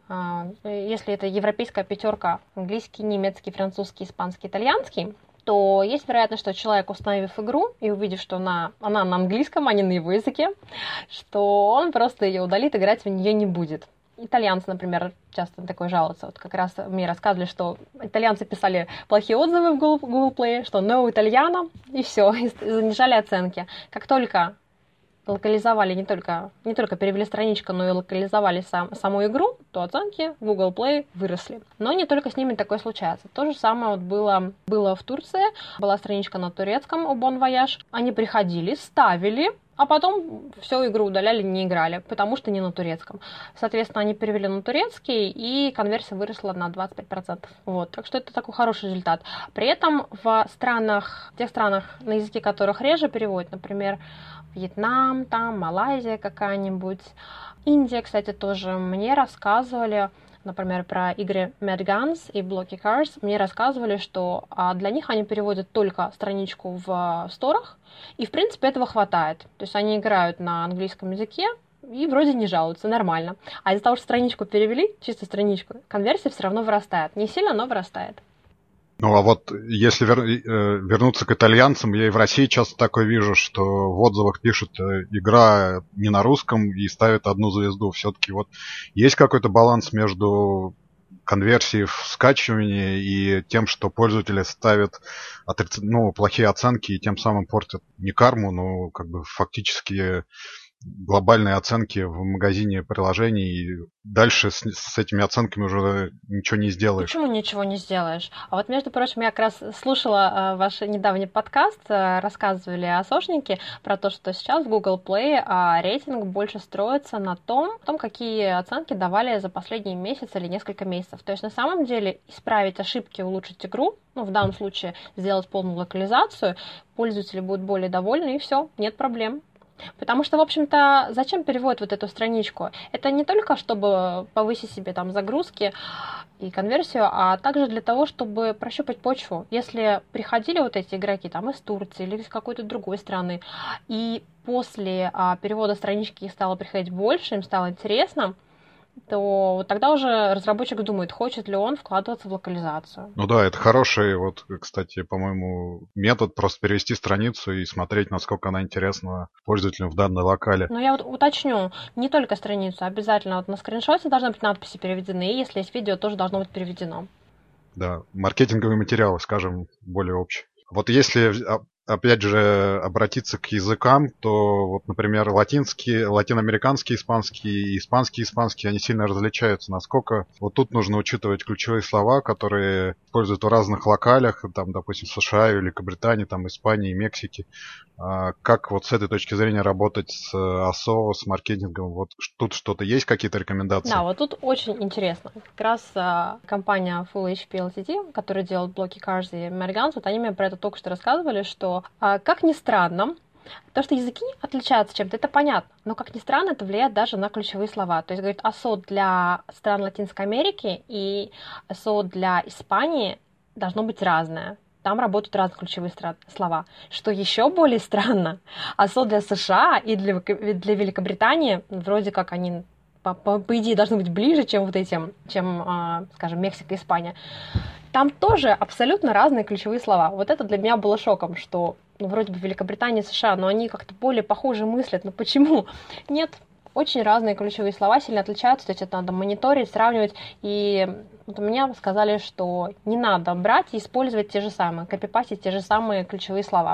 если это европейская пятерка, английский, немецкий, французский, испанский, итальянский, то есть вероятность, что человек, установив игру и увидев, что она на английском, а не на его языке, что он просто ее удалит, играть в нее не будет. Итальянцы, например, часто такое жалуются. Вот как раз мне рассказывали, что итальянцы писали плохие отзывы в Google Play, что no итальяно, и все, и занижали оценки. Как только локализовали, не только перевели страничку, но и локализовали саму игру, то оценки в Google Play выросли. Но не только с ними такое случается. То же самое вот было в Турции. Была страничка на турецком у Bon Voyage. Они приходили, ставили, а потом всю игру удаляли, не играли, потому что не на турецком. Соответственно, они перевели на турецкий, и конверсия выросла на 25%. Вот. Так что это такой хороший результат. При этом в тех странах, на языке которых реже переводят, например, Вьетнам, там, Малайзия какая-нибудь, Индия, кстати, тоже мне рассказывали, например, про игры Mad Guns и Blocky Cars, мне рассказывали, что для них они переводят только страничку в сторах, и, в принципе, этого хватает. То есть они играют на английском языке, и вроде не жалуются, нормально. А из-за того, что страничку перевели, чисто страничку, конверсия все равно вырастает. Не сильно, но вырастает. Ну, а вот если вернуться к итальянцам, я и в России часто такое вижу, что в отзывах пишут «игра не на русском» и ставят 1 звезду. Все-таки вот есть какой-то баланс между конверсией в скачивании и тем, что пользователи ставят плохие оценки и тем самым портят не карму, но как бы фактически глобальные оценки в магазине приложений, и дальше с этими оценками уже ничего не сделаешь. Почему ничего не сделаешь? А вот, между прочим, я как раз слушала ваш недавний подкаст, рассказывали о сошнике, про то, что сейчас в Google Play рейтинг больше строится на том, какие оценки давали за последний месяц или несколько месяцев. То есть, на самом деле, исправить ошибки, улучшить игру, в данном случае сделать полную локализацию, пользователи будут более довольны, и все, нет проблем. Потому что, в общем-то, зачем переводят вот эту страничку? Это не только, чтобы повысить себе там загрузки и конверсию, а также для того, чтобы прощупать почву. Если приходили вот эти игроки там из Турции или из какой-то другой страны, и после перевода странички их стало приходить больше, им стало интересно, то вот тогда уже разработчик думает, хочет ли он вкладываться в локализацию. Ну да, это хороший, кстати, по-моему, метод просто перевести страницу и смотреть, насколько она интересна пользователям в данной локале. Но я уточню, не только страницу, обязательно на скриншоте должны быть надписи переведены, и если есть видео, тоже должно быть переведено. Да, маркетинговые материалы, скажем, более общие. Вот если опять же обратиться к языкам, то вот, например, латиноамериканский испанский и испанский, они сильно различаются. Насколько вот тут нужно учитывать ключевые слова, которые используют в разных локалях, там, допустим, США, Великобритании, там, Испании, Мексики. Как вот с этой точки зрения работать с ASO, с маркетингом? Вот тут что-то есть, какие-то рекомендации? Да, вот тут очень интересно. Как раз компания Full HP Ltd, которая делает Blocky Cars и Mad Guns, вот они мне про это только что рассказывали, что, как ни странно, то, что языки отличаются чем-то, это понятно, но, как ни странно, это влияет даже на ключевые слова. То есть, говорит, ASO для стран Латинской Америки и ASO для Испании должно быть разное. Там работают разные ключевые слова. Что еще более странно, ASO для США и для Великобритании, вроде как они, по идее, должны быть ближе, чем скажем, Мексика и Испания. Там тоже абсолютно разные ключевые слова. Вот это для меня было шоком, что вроде бы Великобритания и США, но они как-то более похоже мыслят. Но почему? Нет. Очень разные ключевые слова сильно отличаются, то есть это надо мониторить, сравнивать. И вот мне сказали, что не надо брать и использовать те же самые, копипастить те же самые ключевые слова.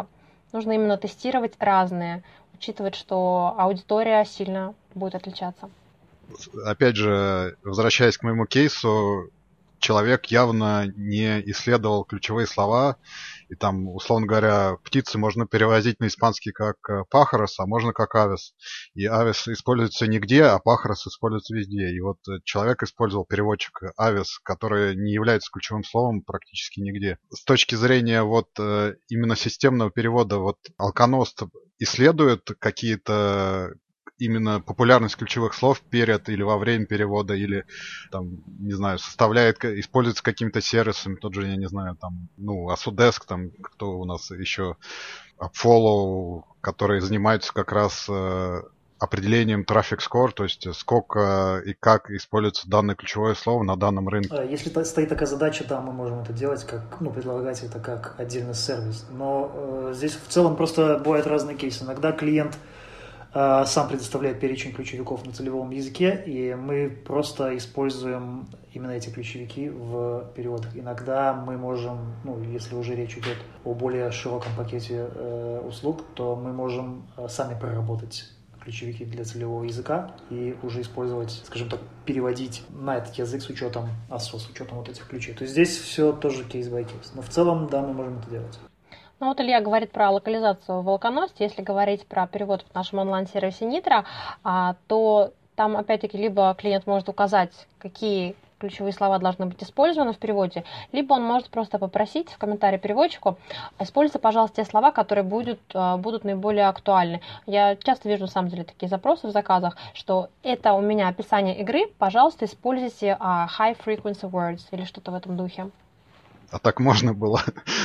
Нужно именно тестировать разные, учитывать, что аудитория сильно будет отличаться. Опять же, возвращаясь к моему кейсу, человек явно не исследовал ключевые слова, и там, условно говоря, птицы можно перевозить на испанский как pájaros, а можно как aves. И aves используется нигде, а pájaros используется везде. И вот человек использовал переводчик aves, который не является ключевым словом практически нигде. С точки зрения вот именно системного перевода, вот Alkanost исследует какие-то именно популярность ключевых слов перед или во время перевода, или там, не знаю, используется какими-то сервисами, тот же, я не знаю, там, Autodesk, там, кто у нас еще, Follow, которые занимаются как раз определением traffic score, то есть сколько и как используется данное ключевое слово на данном рынке. Если стоит такая задача, да, мы можем это делать, предлагать это как отдельный сервис. Но здесь в целом просто бывают разные кейсы. Иногда клиент сам предоставляет перечень ключевиков на целевом языке, и мы просто используем именно эти ключевики в переводах. Иногда мы можем, если уже речь идет о более широком пакете услуг, то мы можем сами проработать ключевики для целевого языка и уже использовать, скажем так, переводить на этот язык с учетом ASO, с учетом вот этих ключей. То есть здесь все тоже кейс-бай-кейс. Но в целом, да, мы можем это делать. Ну вот Илья говорит про локализацию в Alkanost. Если говорить про перевод в нашем онлайн-сервисе Nitro, то там опять-таки либо клиент может указать, какие ключевые слова должны быть использованы в переводе, либо он может просто попросить в комментарии переводчику: используйте, пожалуйста, те слова, которые будут наиболее актуальны. Я часто вижу, на самом деле, такие запросы в заказах, что это у меня описание игры, пожалуйста, используйте high frequency words или что-то в этом духе. А так можно было?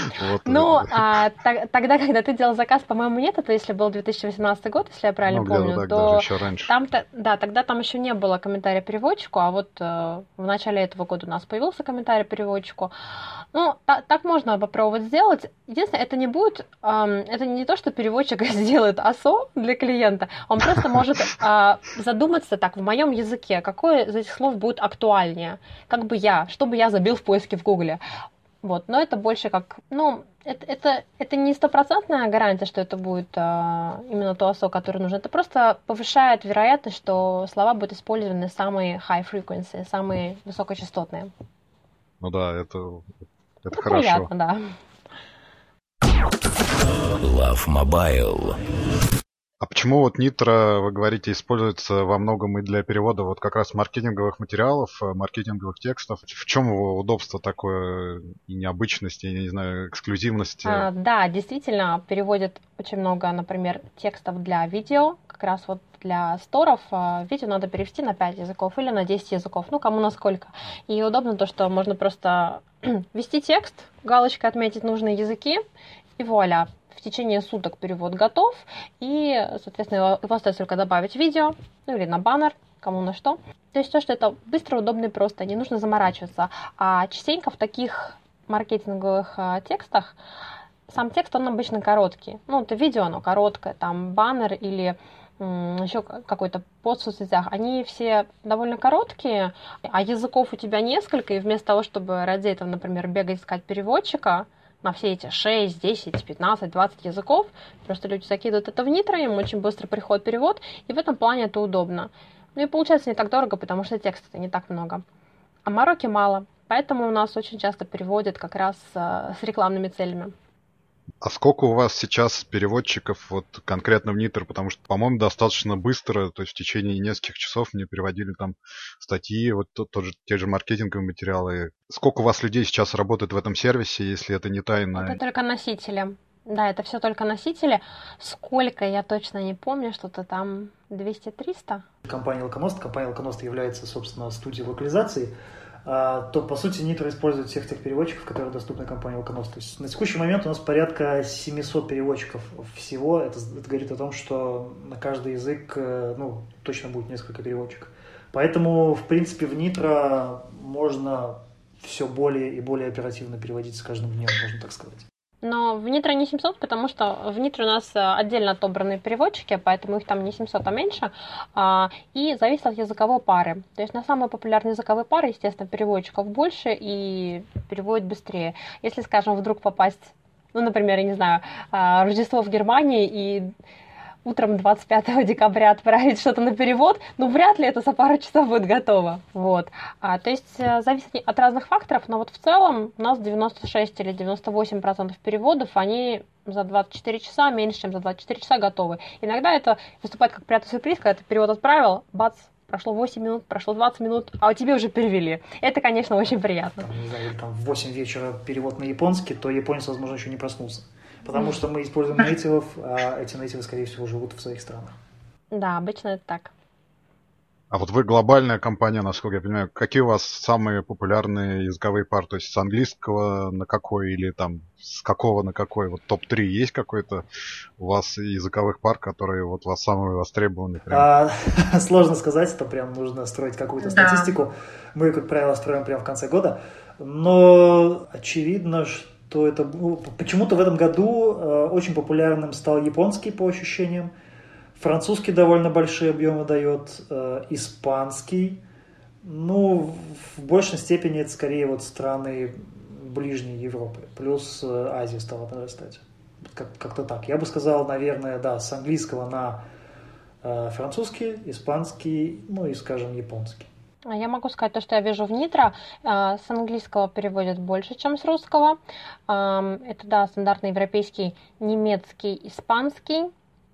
Тогда, когда ты делал заказ, по-моему, нет, это если был 2018 год, если я правильно помню, то тогда там еще не было комментария переводчику, а вот в начале этого года у нас появился комментарий переводчику. Так можно попробовать сделать. Единственное, это не будет, это не то, что переводчик сделает ASO для клиента, он просто может задуматься так, в моем языке, какое из этих слов будет актуальнее, что бы я забил в поиске в Гугле. Вот, но это больше как, это не стопроцентная гарантия, что это будет именно то ASO, которое нужно. Это просто повышает вероятность, что слова будут использованы самые high frequency, самые высокочастотные. Ну да, это хорошо. Приятно, да. Love Mobile. А почему вот Nitro, вы говорите, используется во многом и для перевода вот как раз маркетинговых материалов, маркетинговых текстов? В чем его удобство такое и необычность, я не знаю, эксклюзивность? Да, действительно, переводит очень много, например, текстов для видео, как раз вот для сторов. Видео надо перевести на 5 языков или на 10 языков, кому насколько. И удобно то, что можно просто ввести текст, галочкой отметить нужные языки, и вуаля. В течение суток перевод готов, и, соответственно, его остается только добавить видео, или на баннер, кому на что. То есть то, что это быстро, удобно и просто, не нужно заморачиваться. А частенько в таких маркетинговых текстах сам текст, он обычно короткий. Это видео, оно короткое, там баннер или еще какой-то пост в соцсетях, они все довольно короткие, а языков у тебя несколько, и вместо того, чтобы ради этого, например, бегать искать переводчика, на все эти 6, 10, 15, 20 языков. Просто люди закидывают это в Nitro, им очень быстро приходит перевод, и в этом плане это удобно. И получается не так дорого, потому что текста не так много. А мороки мало, поэтому у нас очень часто переводят как раз с рекламными целями. А сколько у вас сейчас переводчиков вот конкретно в Nitro? Потому что, по-моему, достаточно быстро, то есть в течение нескольких часов мне переводили там статьи, вот те же маркетинговые материалы. Сколько у вас людей сейчас работает в этом сервисе, если это не тайна? Это только носители. Да, это все только носители. Сколько, я точно не помню, что-то там 200-300. Компания Alkanost является, собственно, студией локализации. То, по сути, Nitro использует всех тех переводчиков, которые доступны компании Alkanost. То есть на текущий момент у нас порядка 700 переводчиков всего. Это говорит о том, что на каждый язык точно будет несколько переводчиков. Поэтому, в принципе, в Nitro можно все более и более оперативно переводить с каждым днем, можно так сказать. Но в Nitro не 700, потому что в Nitro у нас отдельно отобранные переводчики, поэтому их там не 700, а меньше. И зависит от языковой пары. То есть на самые популярные языковые пары, естественно, переводчиков больше и переводят быстрее. Если, скажем, вдруг попасть Ну, например, я не знаю, Рождество в Германии и утром 25 декабря отправить что-то на перевод, ну, вряд ли это за пару часов будет готово. Вот. То есть зависит от разных факторов, но вот в целом у нас 96 или 98% переводов, они за 24 часа, меньше, чем за 24 часа готовы. Иногда это выступает как приятный сюрприз, когда ты перевод отправил, бац, прошло 8 минут, прошло 20 минут, а у тебя уже перевели. Это, конечно, очень приятно. Там, не знаю, там в 8 вечера перевод на японский, то японец, возможно, еще не проснулся. Потому что мы используем нейтивов, а эти нейтивы, скорее всего, живут в своих странах. Да, обычно это так. А вот вы глобальная компания, насколько я понимаю. Какие у вас самые популярные языковые пары? То есть с английского на какой или там с какого на какой? Вот топ-3 есть какой-то у вас языковых пар, которые вот у вас самые востребованные? Сложно сказать, это прям нужно строить какую-то статистику. Мы, как правило, строим прямо в конце года. Но очевидно, что это почему-то в этом году очень популярным стал японский по ощущениям. Французский довольно большие объемы дает, испанский. Ну, в большей степени это скорее вот страны ближней Европы. Плюс Азия стала подрастать. Как-то так. Я бы сказал, наверное, да, с английского на французский, испанский, ну и, скажем, японский. Я могу сказать то, что я вижу в Nitro. С английского переводят больше, чем с русского. Это, да, стандартный европейский, немецкий, испанский.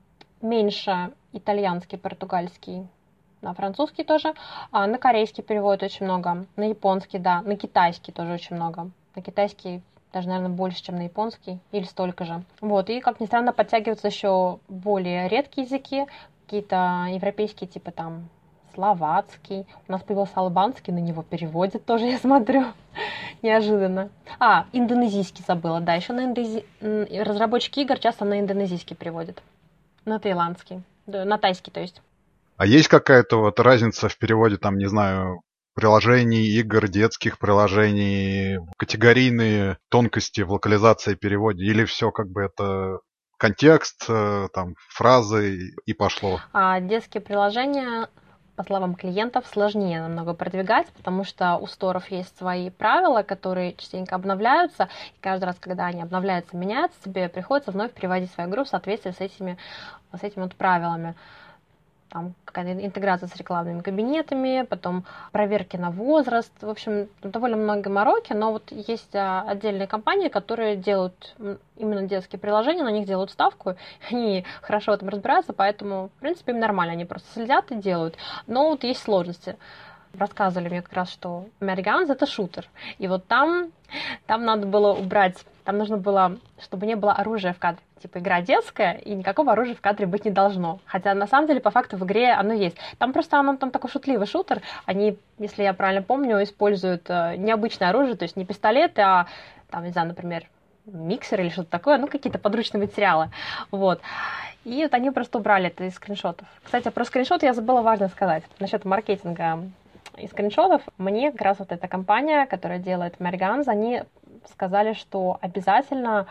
Меньше итальянский, португальский, на французский тоже. На корейский переводят очень много. На японский, да. На китайский тоже очень много. На китайский даже, наверное, больше, чем на японский. Или столько же. Вот. И, как ни странно, подтягиваются еще более редкие языки. Какие-то европейские, типа там словацкий. У нас появился албанский, на него переводят тоже, я смотрю. Неожиданно. Индонезийский забыла. Да, еще разработчики игр часто на индонезийский переводят. На таиландский. Да, на тайский, то есть. А есть какая-то вот разница в переводе, там, не знаю, приложений, игр, детских приложений, категорийные тонкости в локализации и переводе? Или все как бы это контекст, там, фразы и пошло? Детские приложения, по словам клиентов, сложнее намного продвигать, потому что у сторов есть свои правила, которые частенько обновляются, и каждый раз, когда они обновляются, меняются, тебе приходится вновь переводить свою игру в соответствии с этими вот правилами. Там какая-то интеграция с рекламными кабинетами, потом проверки на возраст. В общем, довольно много мороки, но вот есть отдельные компании, которые делают именно детские приложения, на них делают ставку, они хорошо в этом разбираются, поэтому, в принципе, им нормально, они просто следят и делают. Но вот есть сложности. Рассказывали мне как раз, что Ameriguns — это шутер. И вот там надо было убрать, там нужно было, чтобы не было оружия в кадре. Типа игра детская, и никакого оружия в кадре быть не должно. Хотя на самом деле, по факту, в игре оно есть. Там просто там такой шутливый шутер. Они, если я правильно помню, используют необычное оружие, то есть не пистолеты, а, там, не знаю, например, миксер или что-то такое, ну, какие-то подручные материалы. Вот. И вот они просто убрали это из скриншотов. Кстати, про скриншоты я забыла важно сказать. Насчет маркетинга и скриншотов. Мне как раз вот эта компания, которая делает Ameriguns, они сказали, что обязательно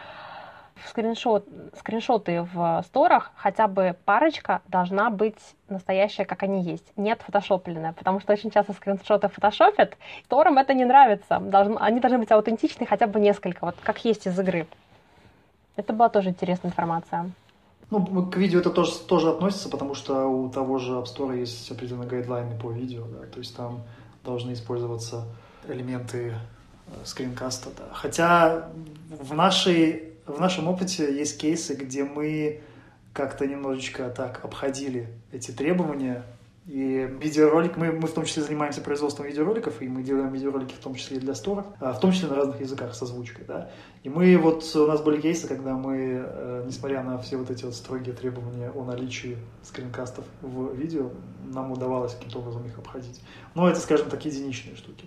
скриншоты в сторах, хотя бы парочка должна быть настоящая, как они есть, не отфотошопленная, потому что очень часто скриншоты фотошопят, сторам это не нравится, они должны быть аутентичны хотя бы несколько, вот как есть из игры. Это была тоже интересная информация. Ну, к видео это тоже относится, потому что у того же App Store есть определенные гайдлайны по видео, да, то есть там должны использоваться элементы скринкаста, да. Хотя в нашем опыте есть кейсы, где мы как-то немножечко так обходили эти требования. И видеоролик, мы в том числе занимаемся производством видеороликов, и мы делаем видеоролики в том числе и для стора, в том числе на разных языках с озвучкой, да. И у нас были кейсы, когда мы, несмотря на все вот эти вот строгие требования о наличии скринкастов в видео, нам удавалось каким-то образом их обходить. Но это, скажем так, единичные штуки.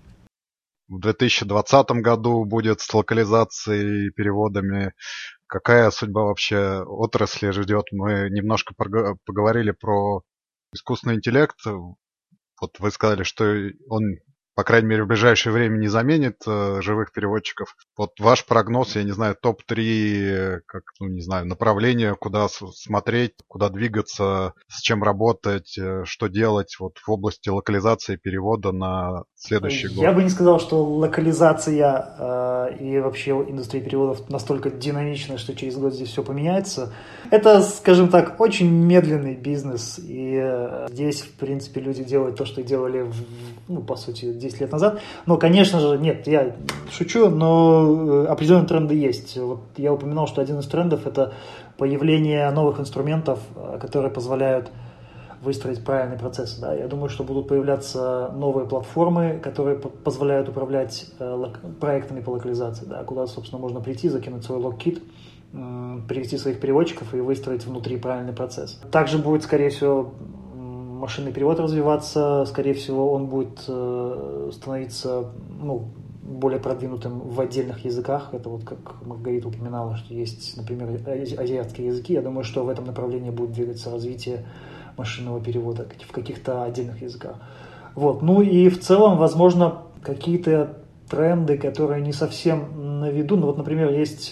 В 2020 году будет с локализацией и переводами. Какая судьба вообще отрасли ждет? Мы немножко поговорили про искусственный интеллект. Вот вы сказали, что он по крайней мере, в ближайшее время не заменит живых переводчиков. Вот ваш прогноз, я не знаю, топ-3, как, не знаю, направления, куда смотреть, куда двигаться, с чем работать, что делать вот в области локализации перевода на следующий год. Я бы не сказал, что локализация и вообще индустрия переводов настолько динамичная, что через год здесь все поменяется. Это, скажем так, очень медленный бизнес, и здесь, в принципе, люди делают то, что делали, по сути, 10 лет назад. Но, конечно же, нет, я шучу, но определенные тренды есть. Вот я упоминал, что один из трендов – это появление новых инструментов, которые позволяют выстроить правильный процесс. Да. Я думаю, что будут появляться новые платформы, которые позволяют управлять проектами по локализации, да, куда, собственно, можно прийти, закинуть свой лог-кит, привести своих переводчиков и выстроить внутри правильный процесс. Также будет, скорее всего, машинный перевод развиваться, скорее всего, он будет становиться более продвинутым в отдельных языках. Это вот, как Маргарита упоминала, что есть, например, азиатские языки. Я думаю, что в этом направлении будет двигаться развитие машинного перевода в каких-то отдельных языках. Вот. Ну и в целом, возможно, какие-то тренды, которые не совсем на виду. Ну вот, например, есть,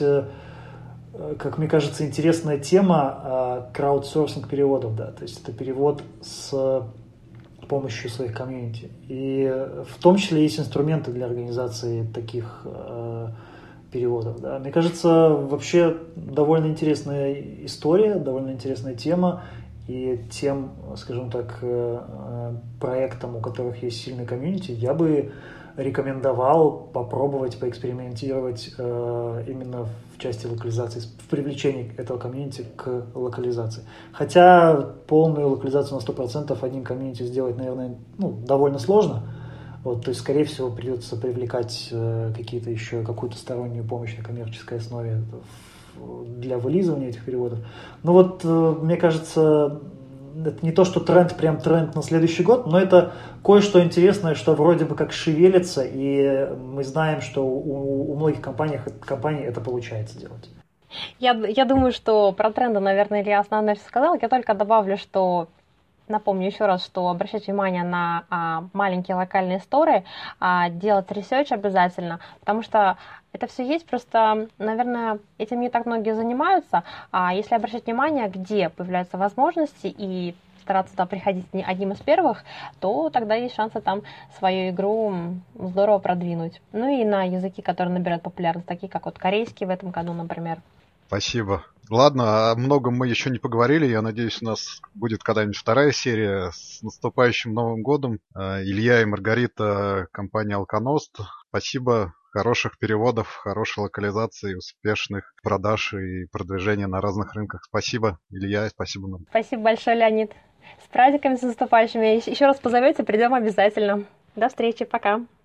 как мне кажется, интересная тема краудсорсинг переводов. Да? То есть это перевод с помощью своих комьюнити. И в том числе есть инструменты для организации таких переводов. Да. Мне кажется, вообще довольно интересная история, довольно интересная тема. И тем, скажем так, проектам, у которых есть сильный комьюнити, я бы рекомендовал попробовать поэкспериментировать именно в части локализации, в привлечении этого комьюнити к локализации. Хотя полную локализацию на 100% одним комьюнити сделать, наверное, довольно сложно. Вот, то есть, скорее всего, придется привлекать какую-то стороннюю помощь на коммерческой основе для вылизывания этих переводов. Но вот, мне кажется, это не то, что прям тренд на следующий год, но это кое-что интересное, что вроде бы как шевелится, и мы знаем, что у многих компаний это получается делать. Я думаю, что про тренды, наверное, Илья основное все сказал. Я только добавлю, что напомню еще раз, что обращать внимание на маленькие локальные сторы, делать ресерч обязательно, потому что это все есть, просто, наверное, этим не так многие занимаются. А если обращать внимание, где появляются возможности и стараться туда приходить не одним из первых, то тогда есть шансы там свою игру здорово продвинуть. Ну и на языки, которые набирают популярность, такие как вот корейский в этом году, например. Спасибо. Ладно, о многом мы еще не поговорили. Я надеюсь, у нас будет когда-нибудь вторая серия. С наступающим Новым годом. Илья и Маргарита, компания Алконост. Спасибо. Хороших переводов, хорошей локализации, успешных продаж и продвижения на разных рынках. Спасибо, Илья, спасибо нам. Спасибо большое, Леонид. С праздниками, с наступающими. Еще раз позовете, придем обязательно. До встречи, пока.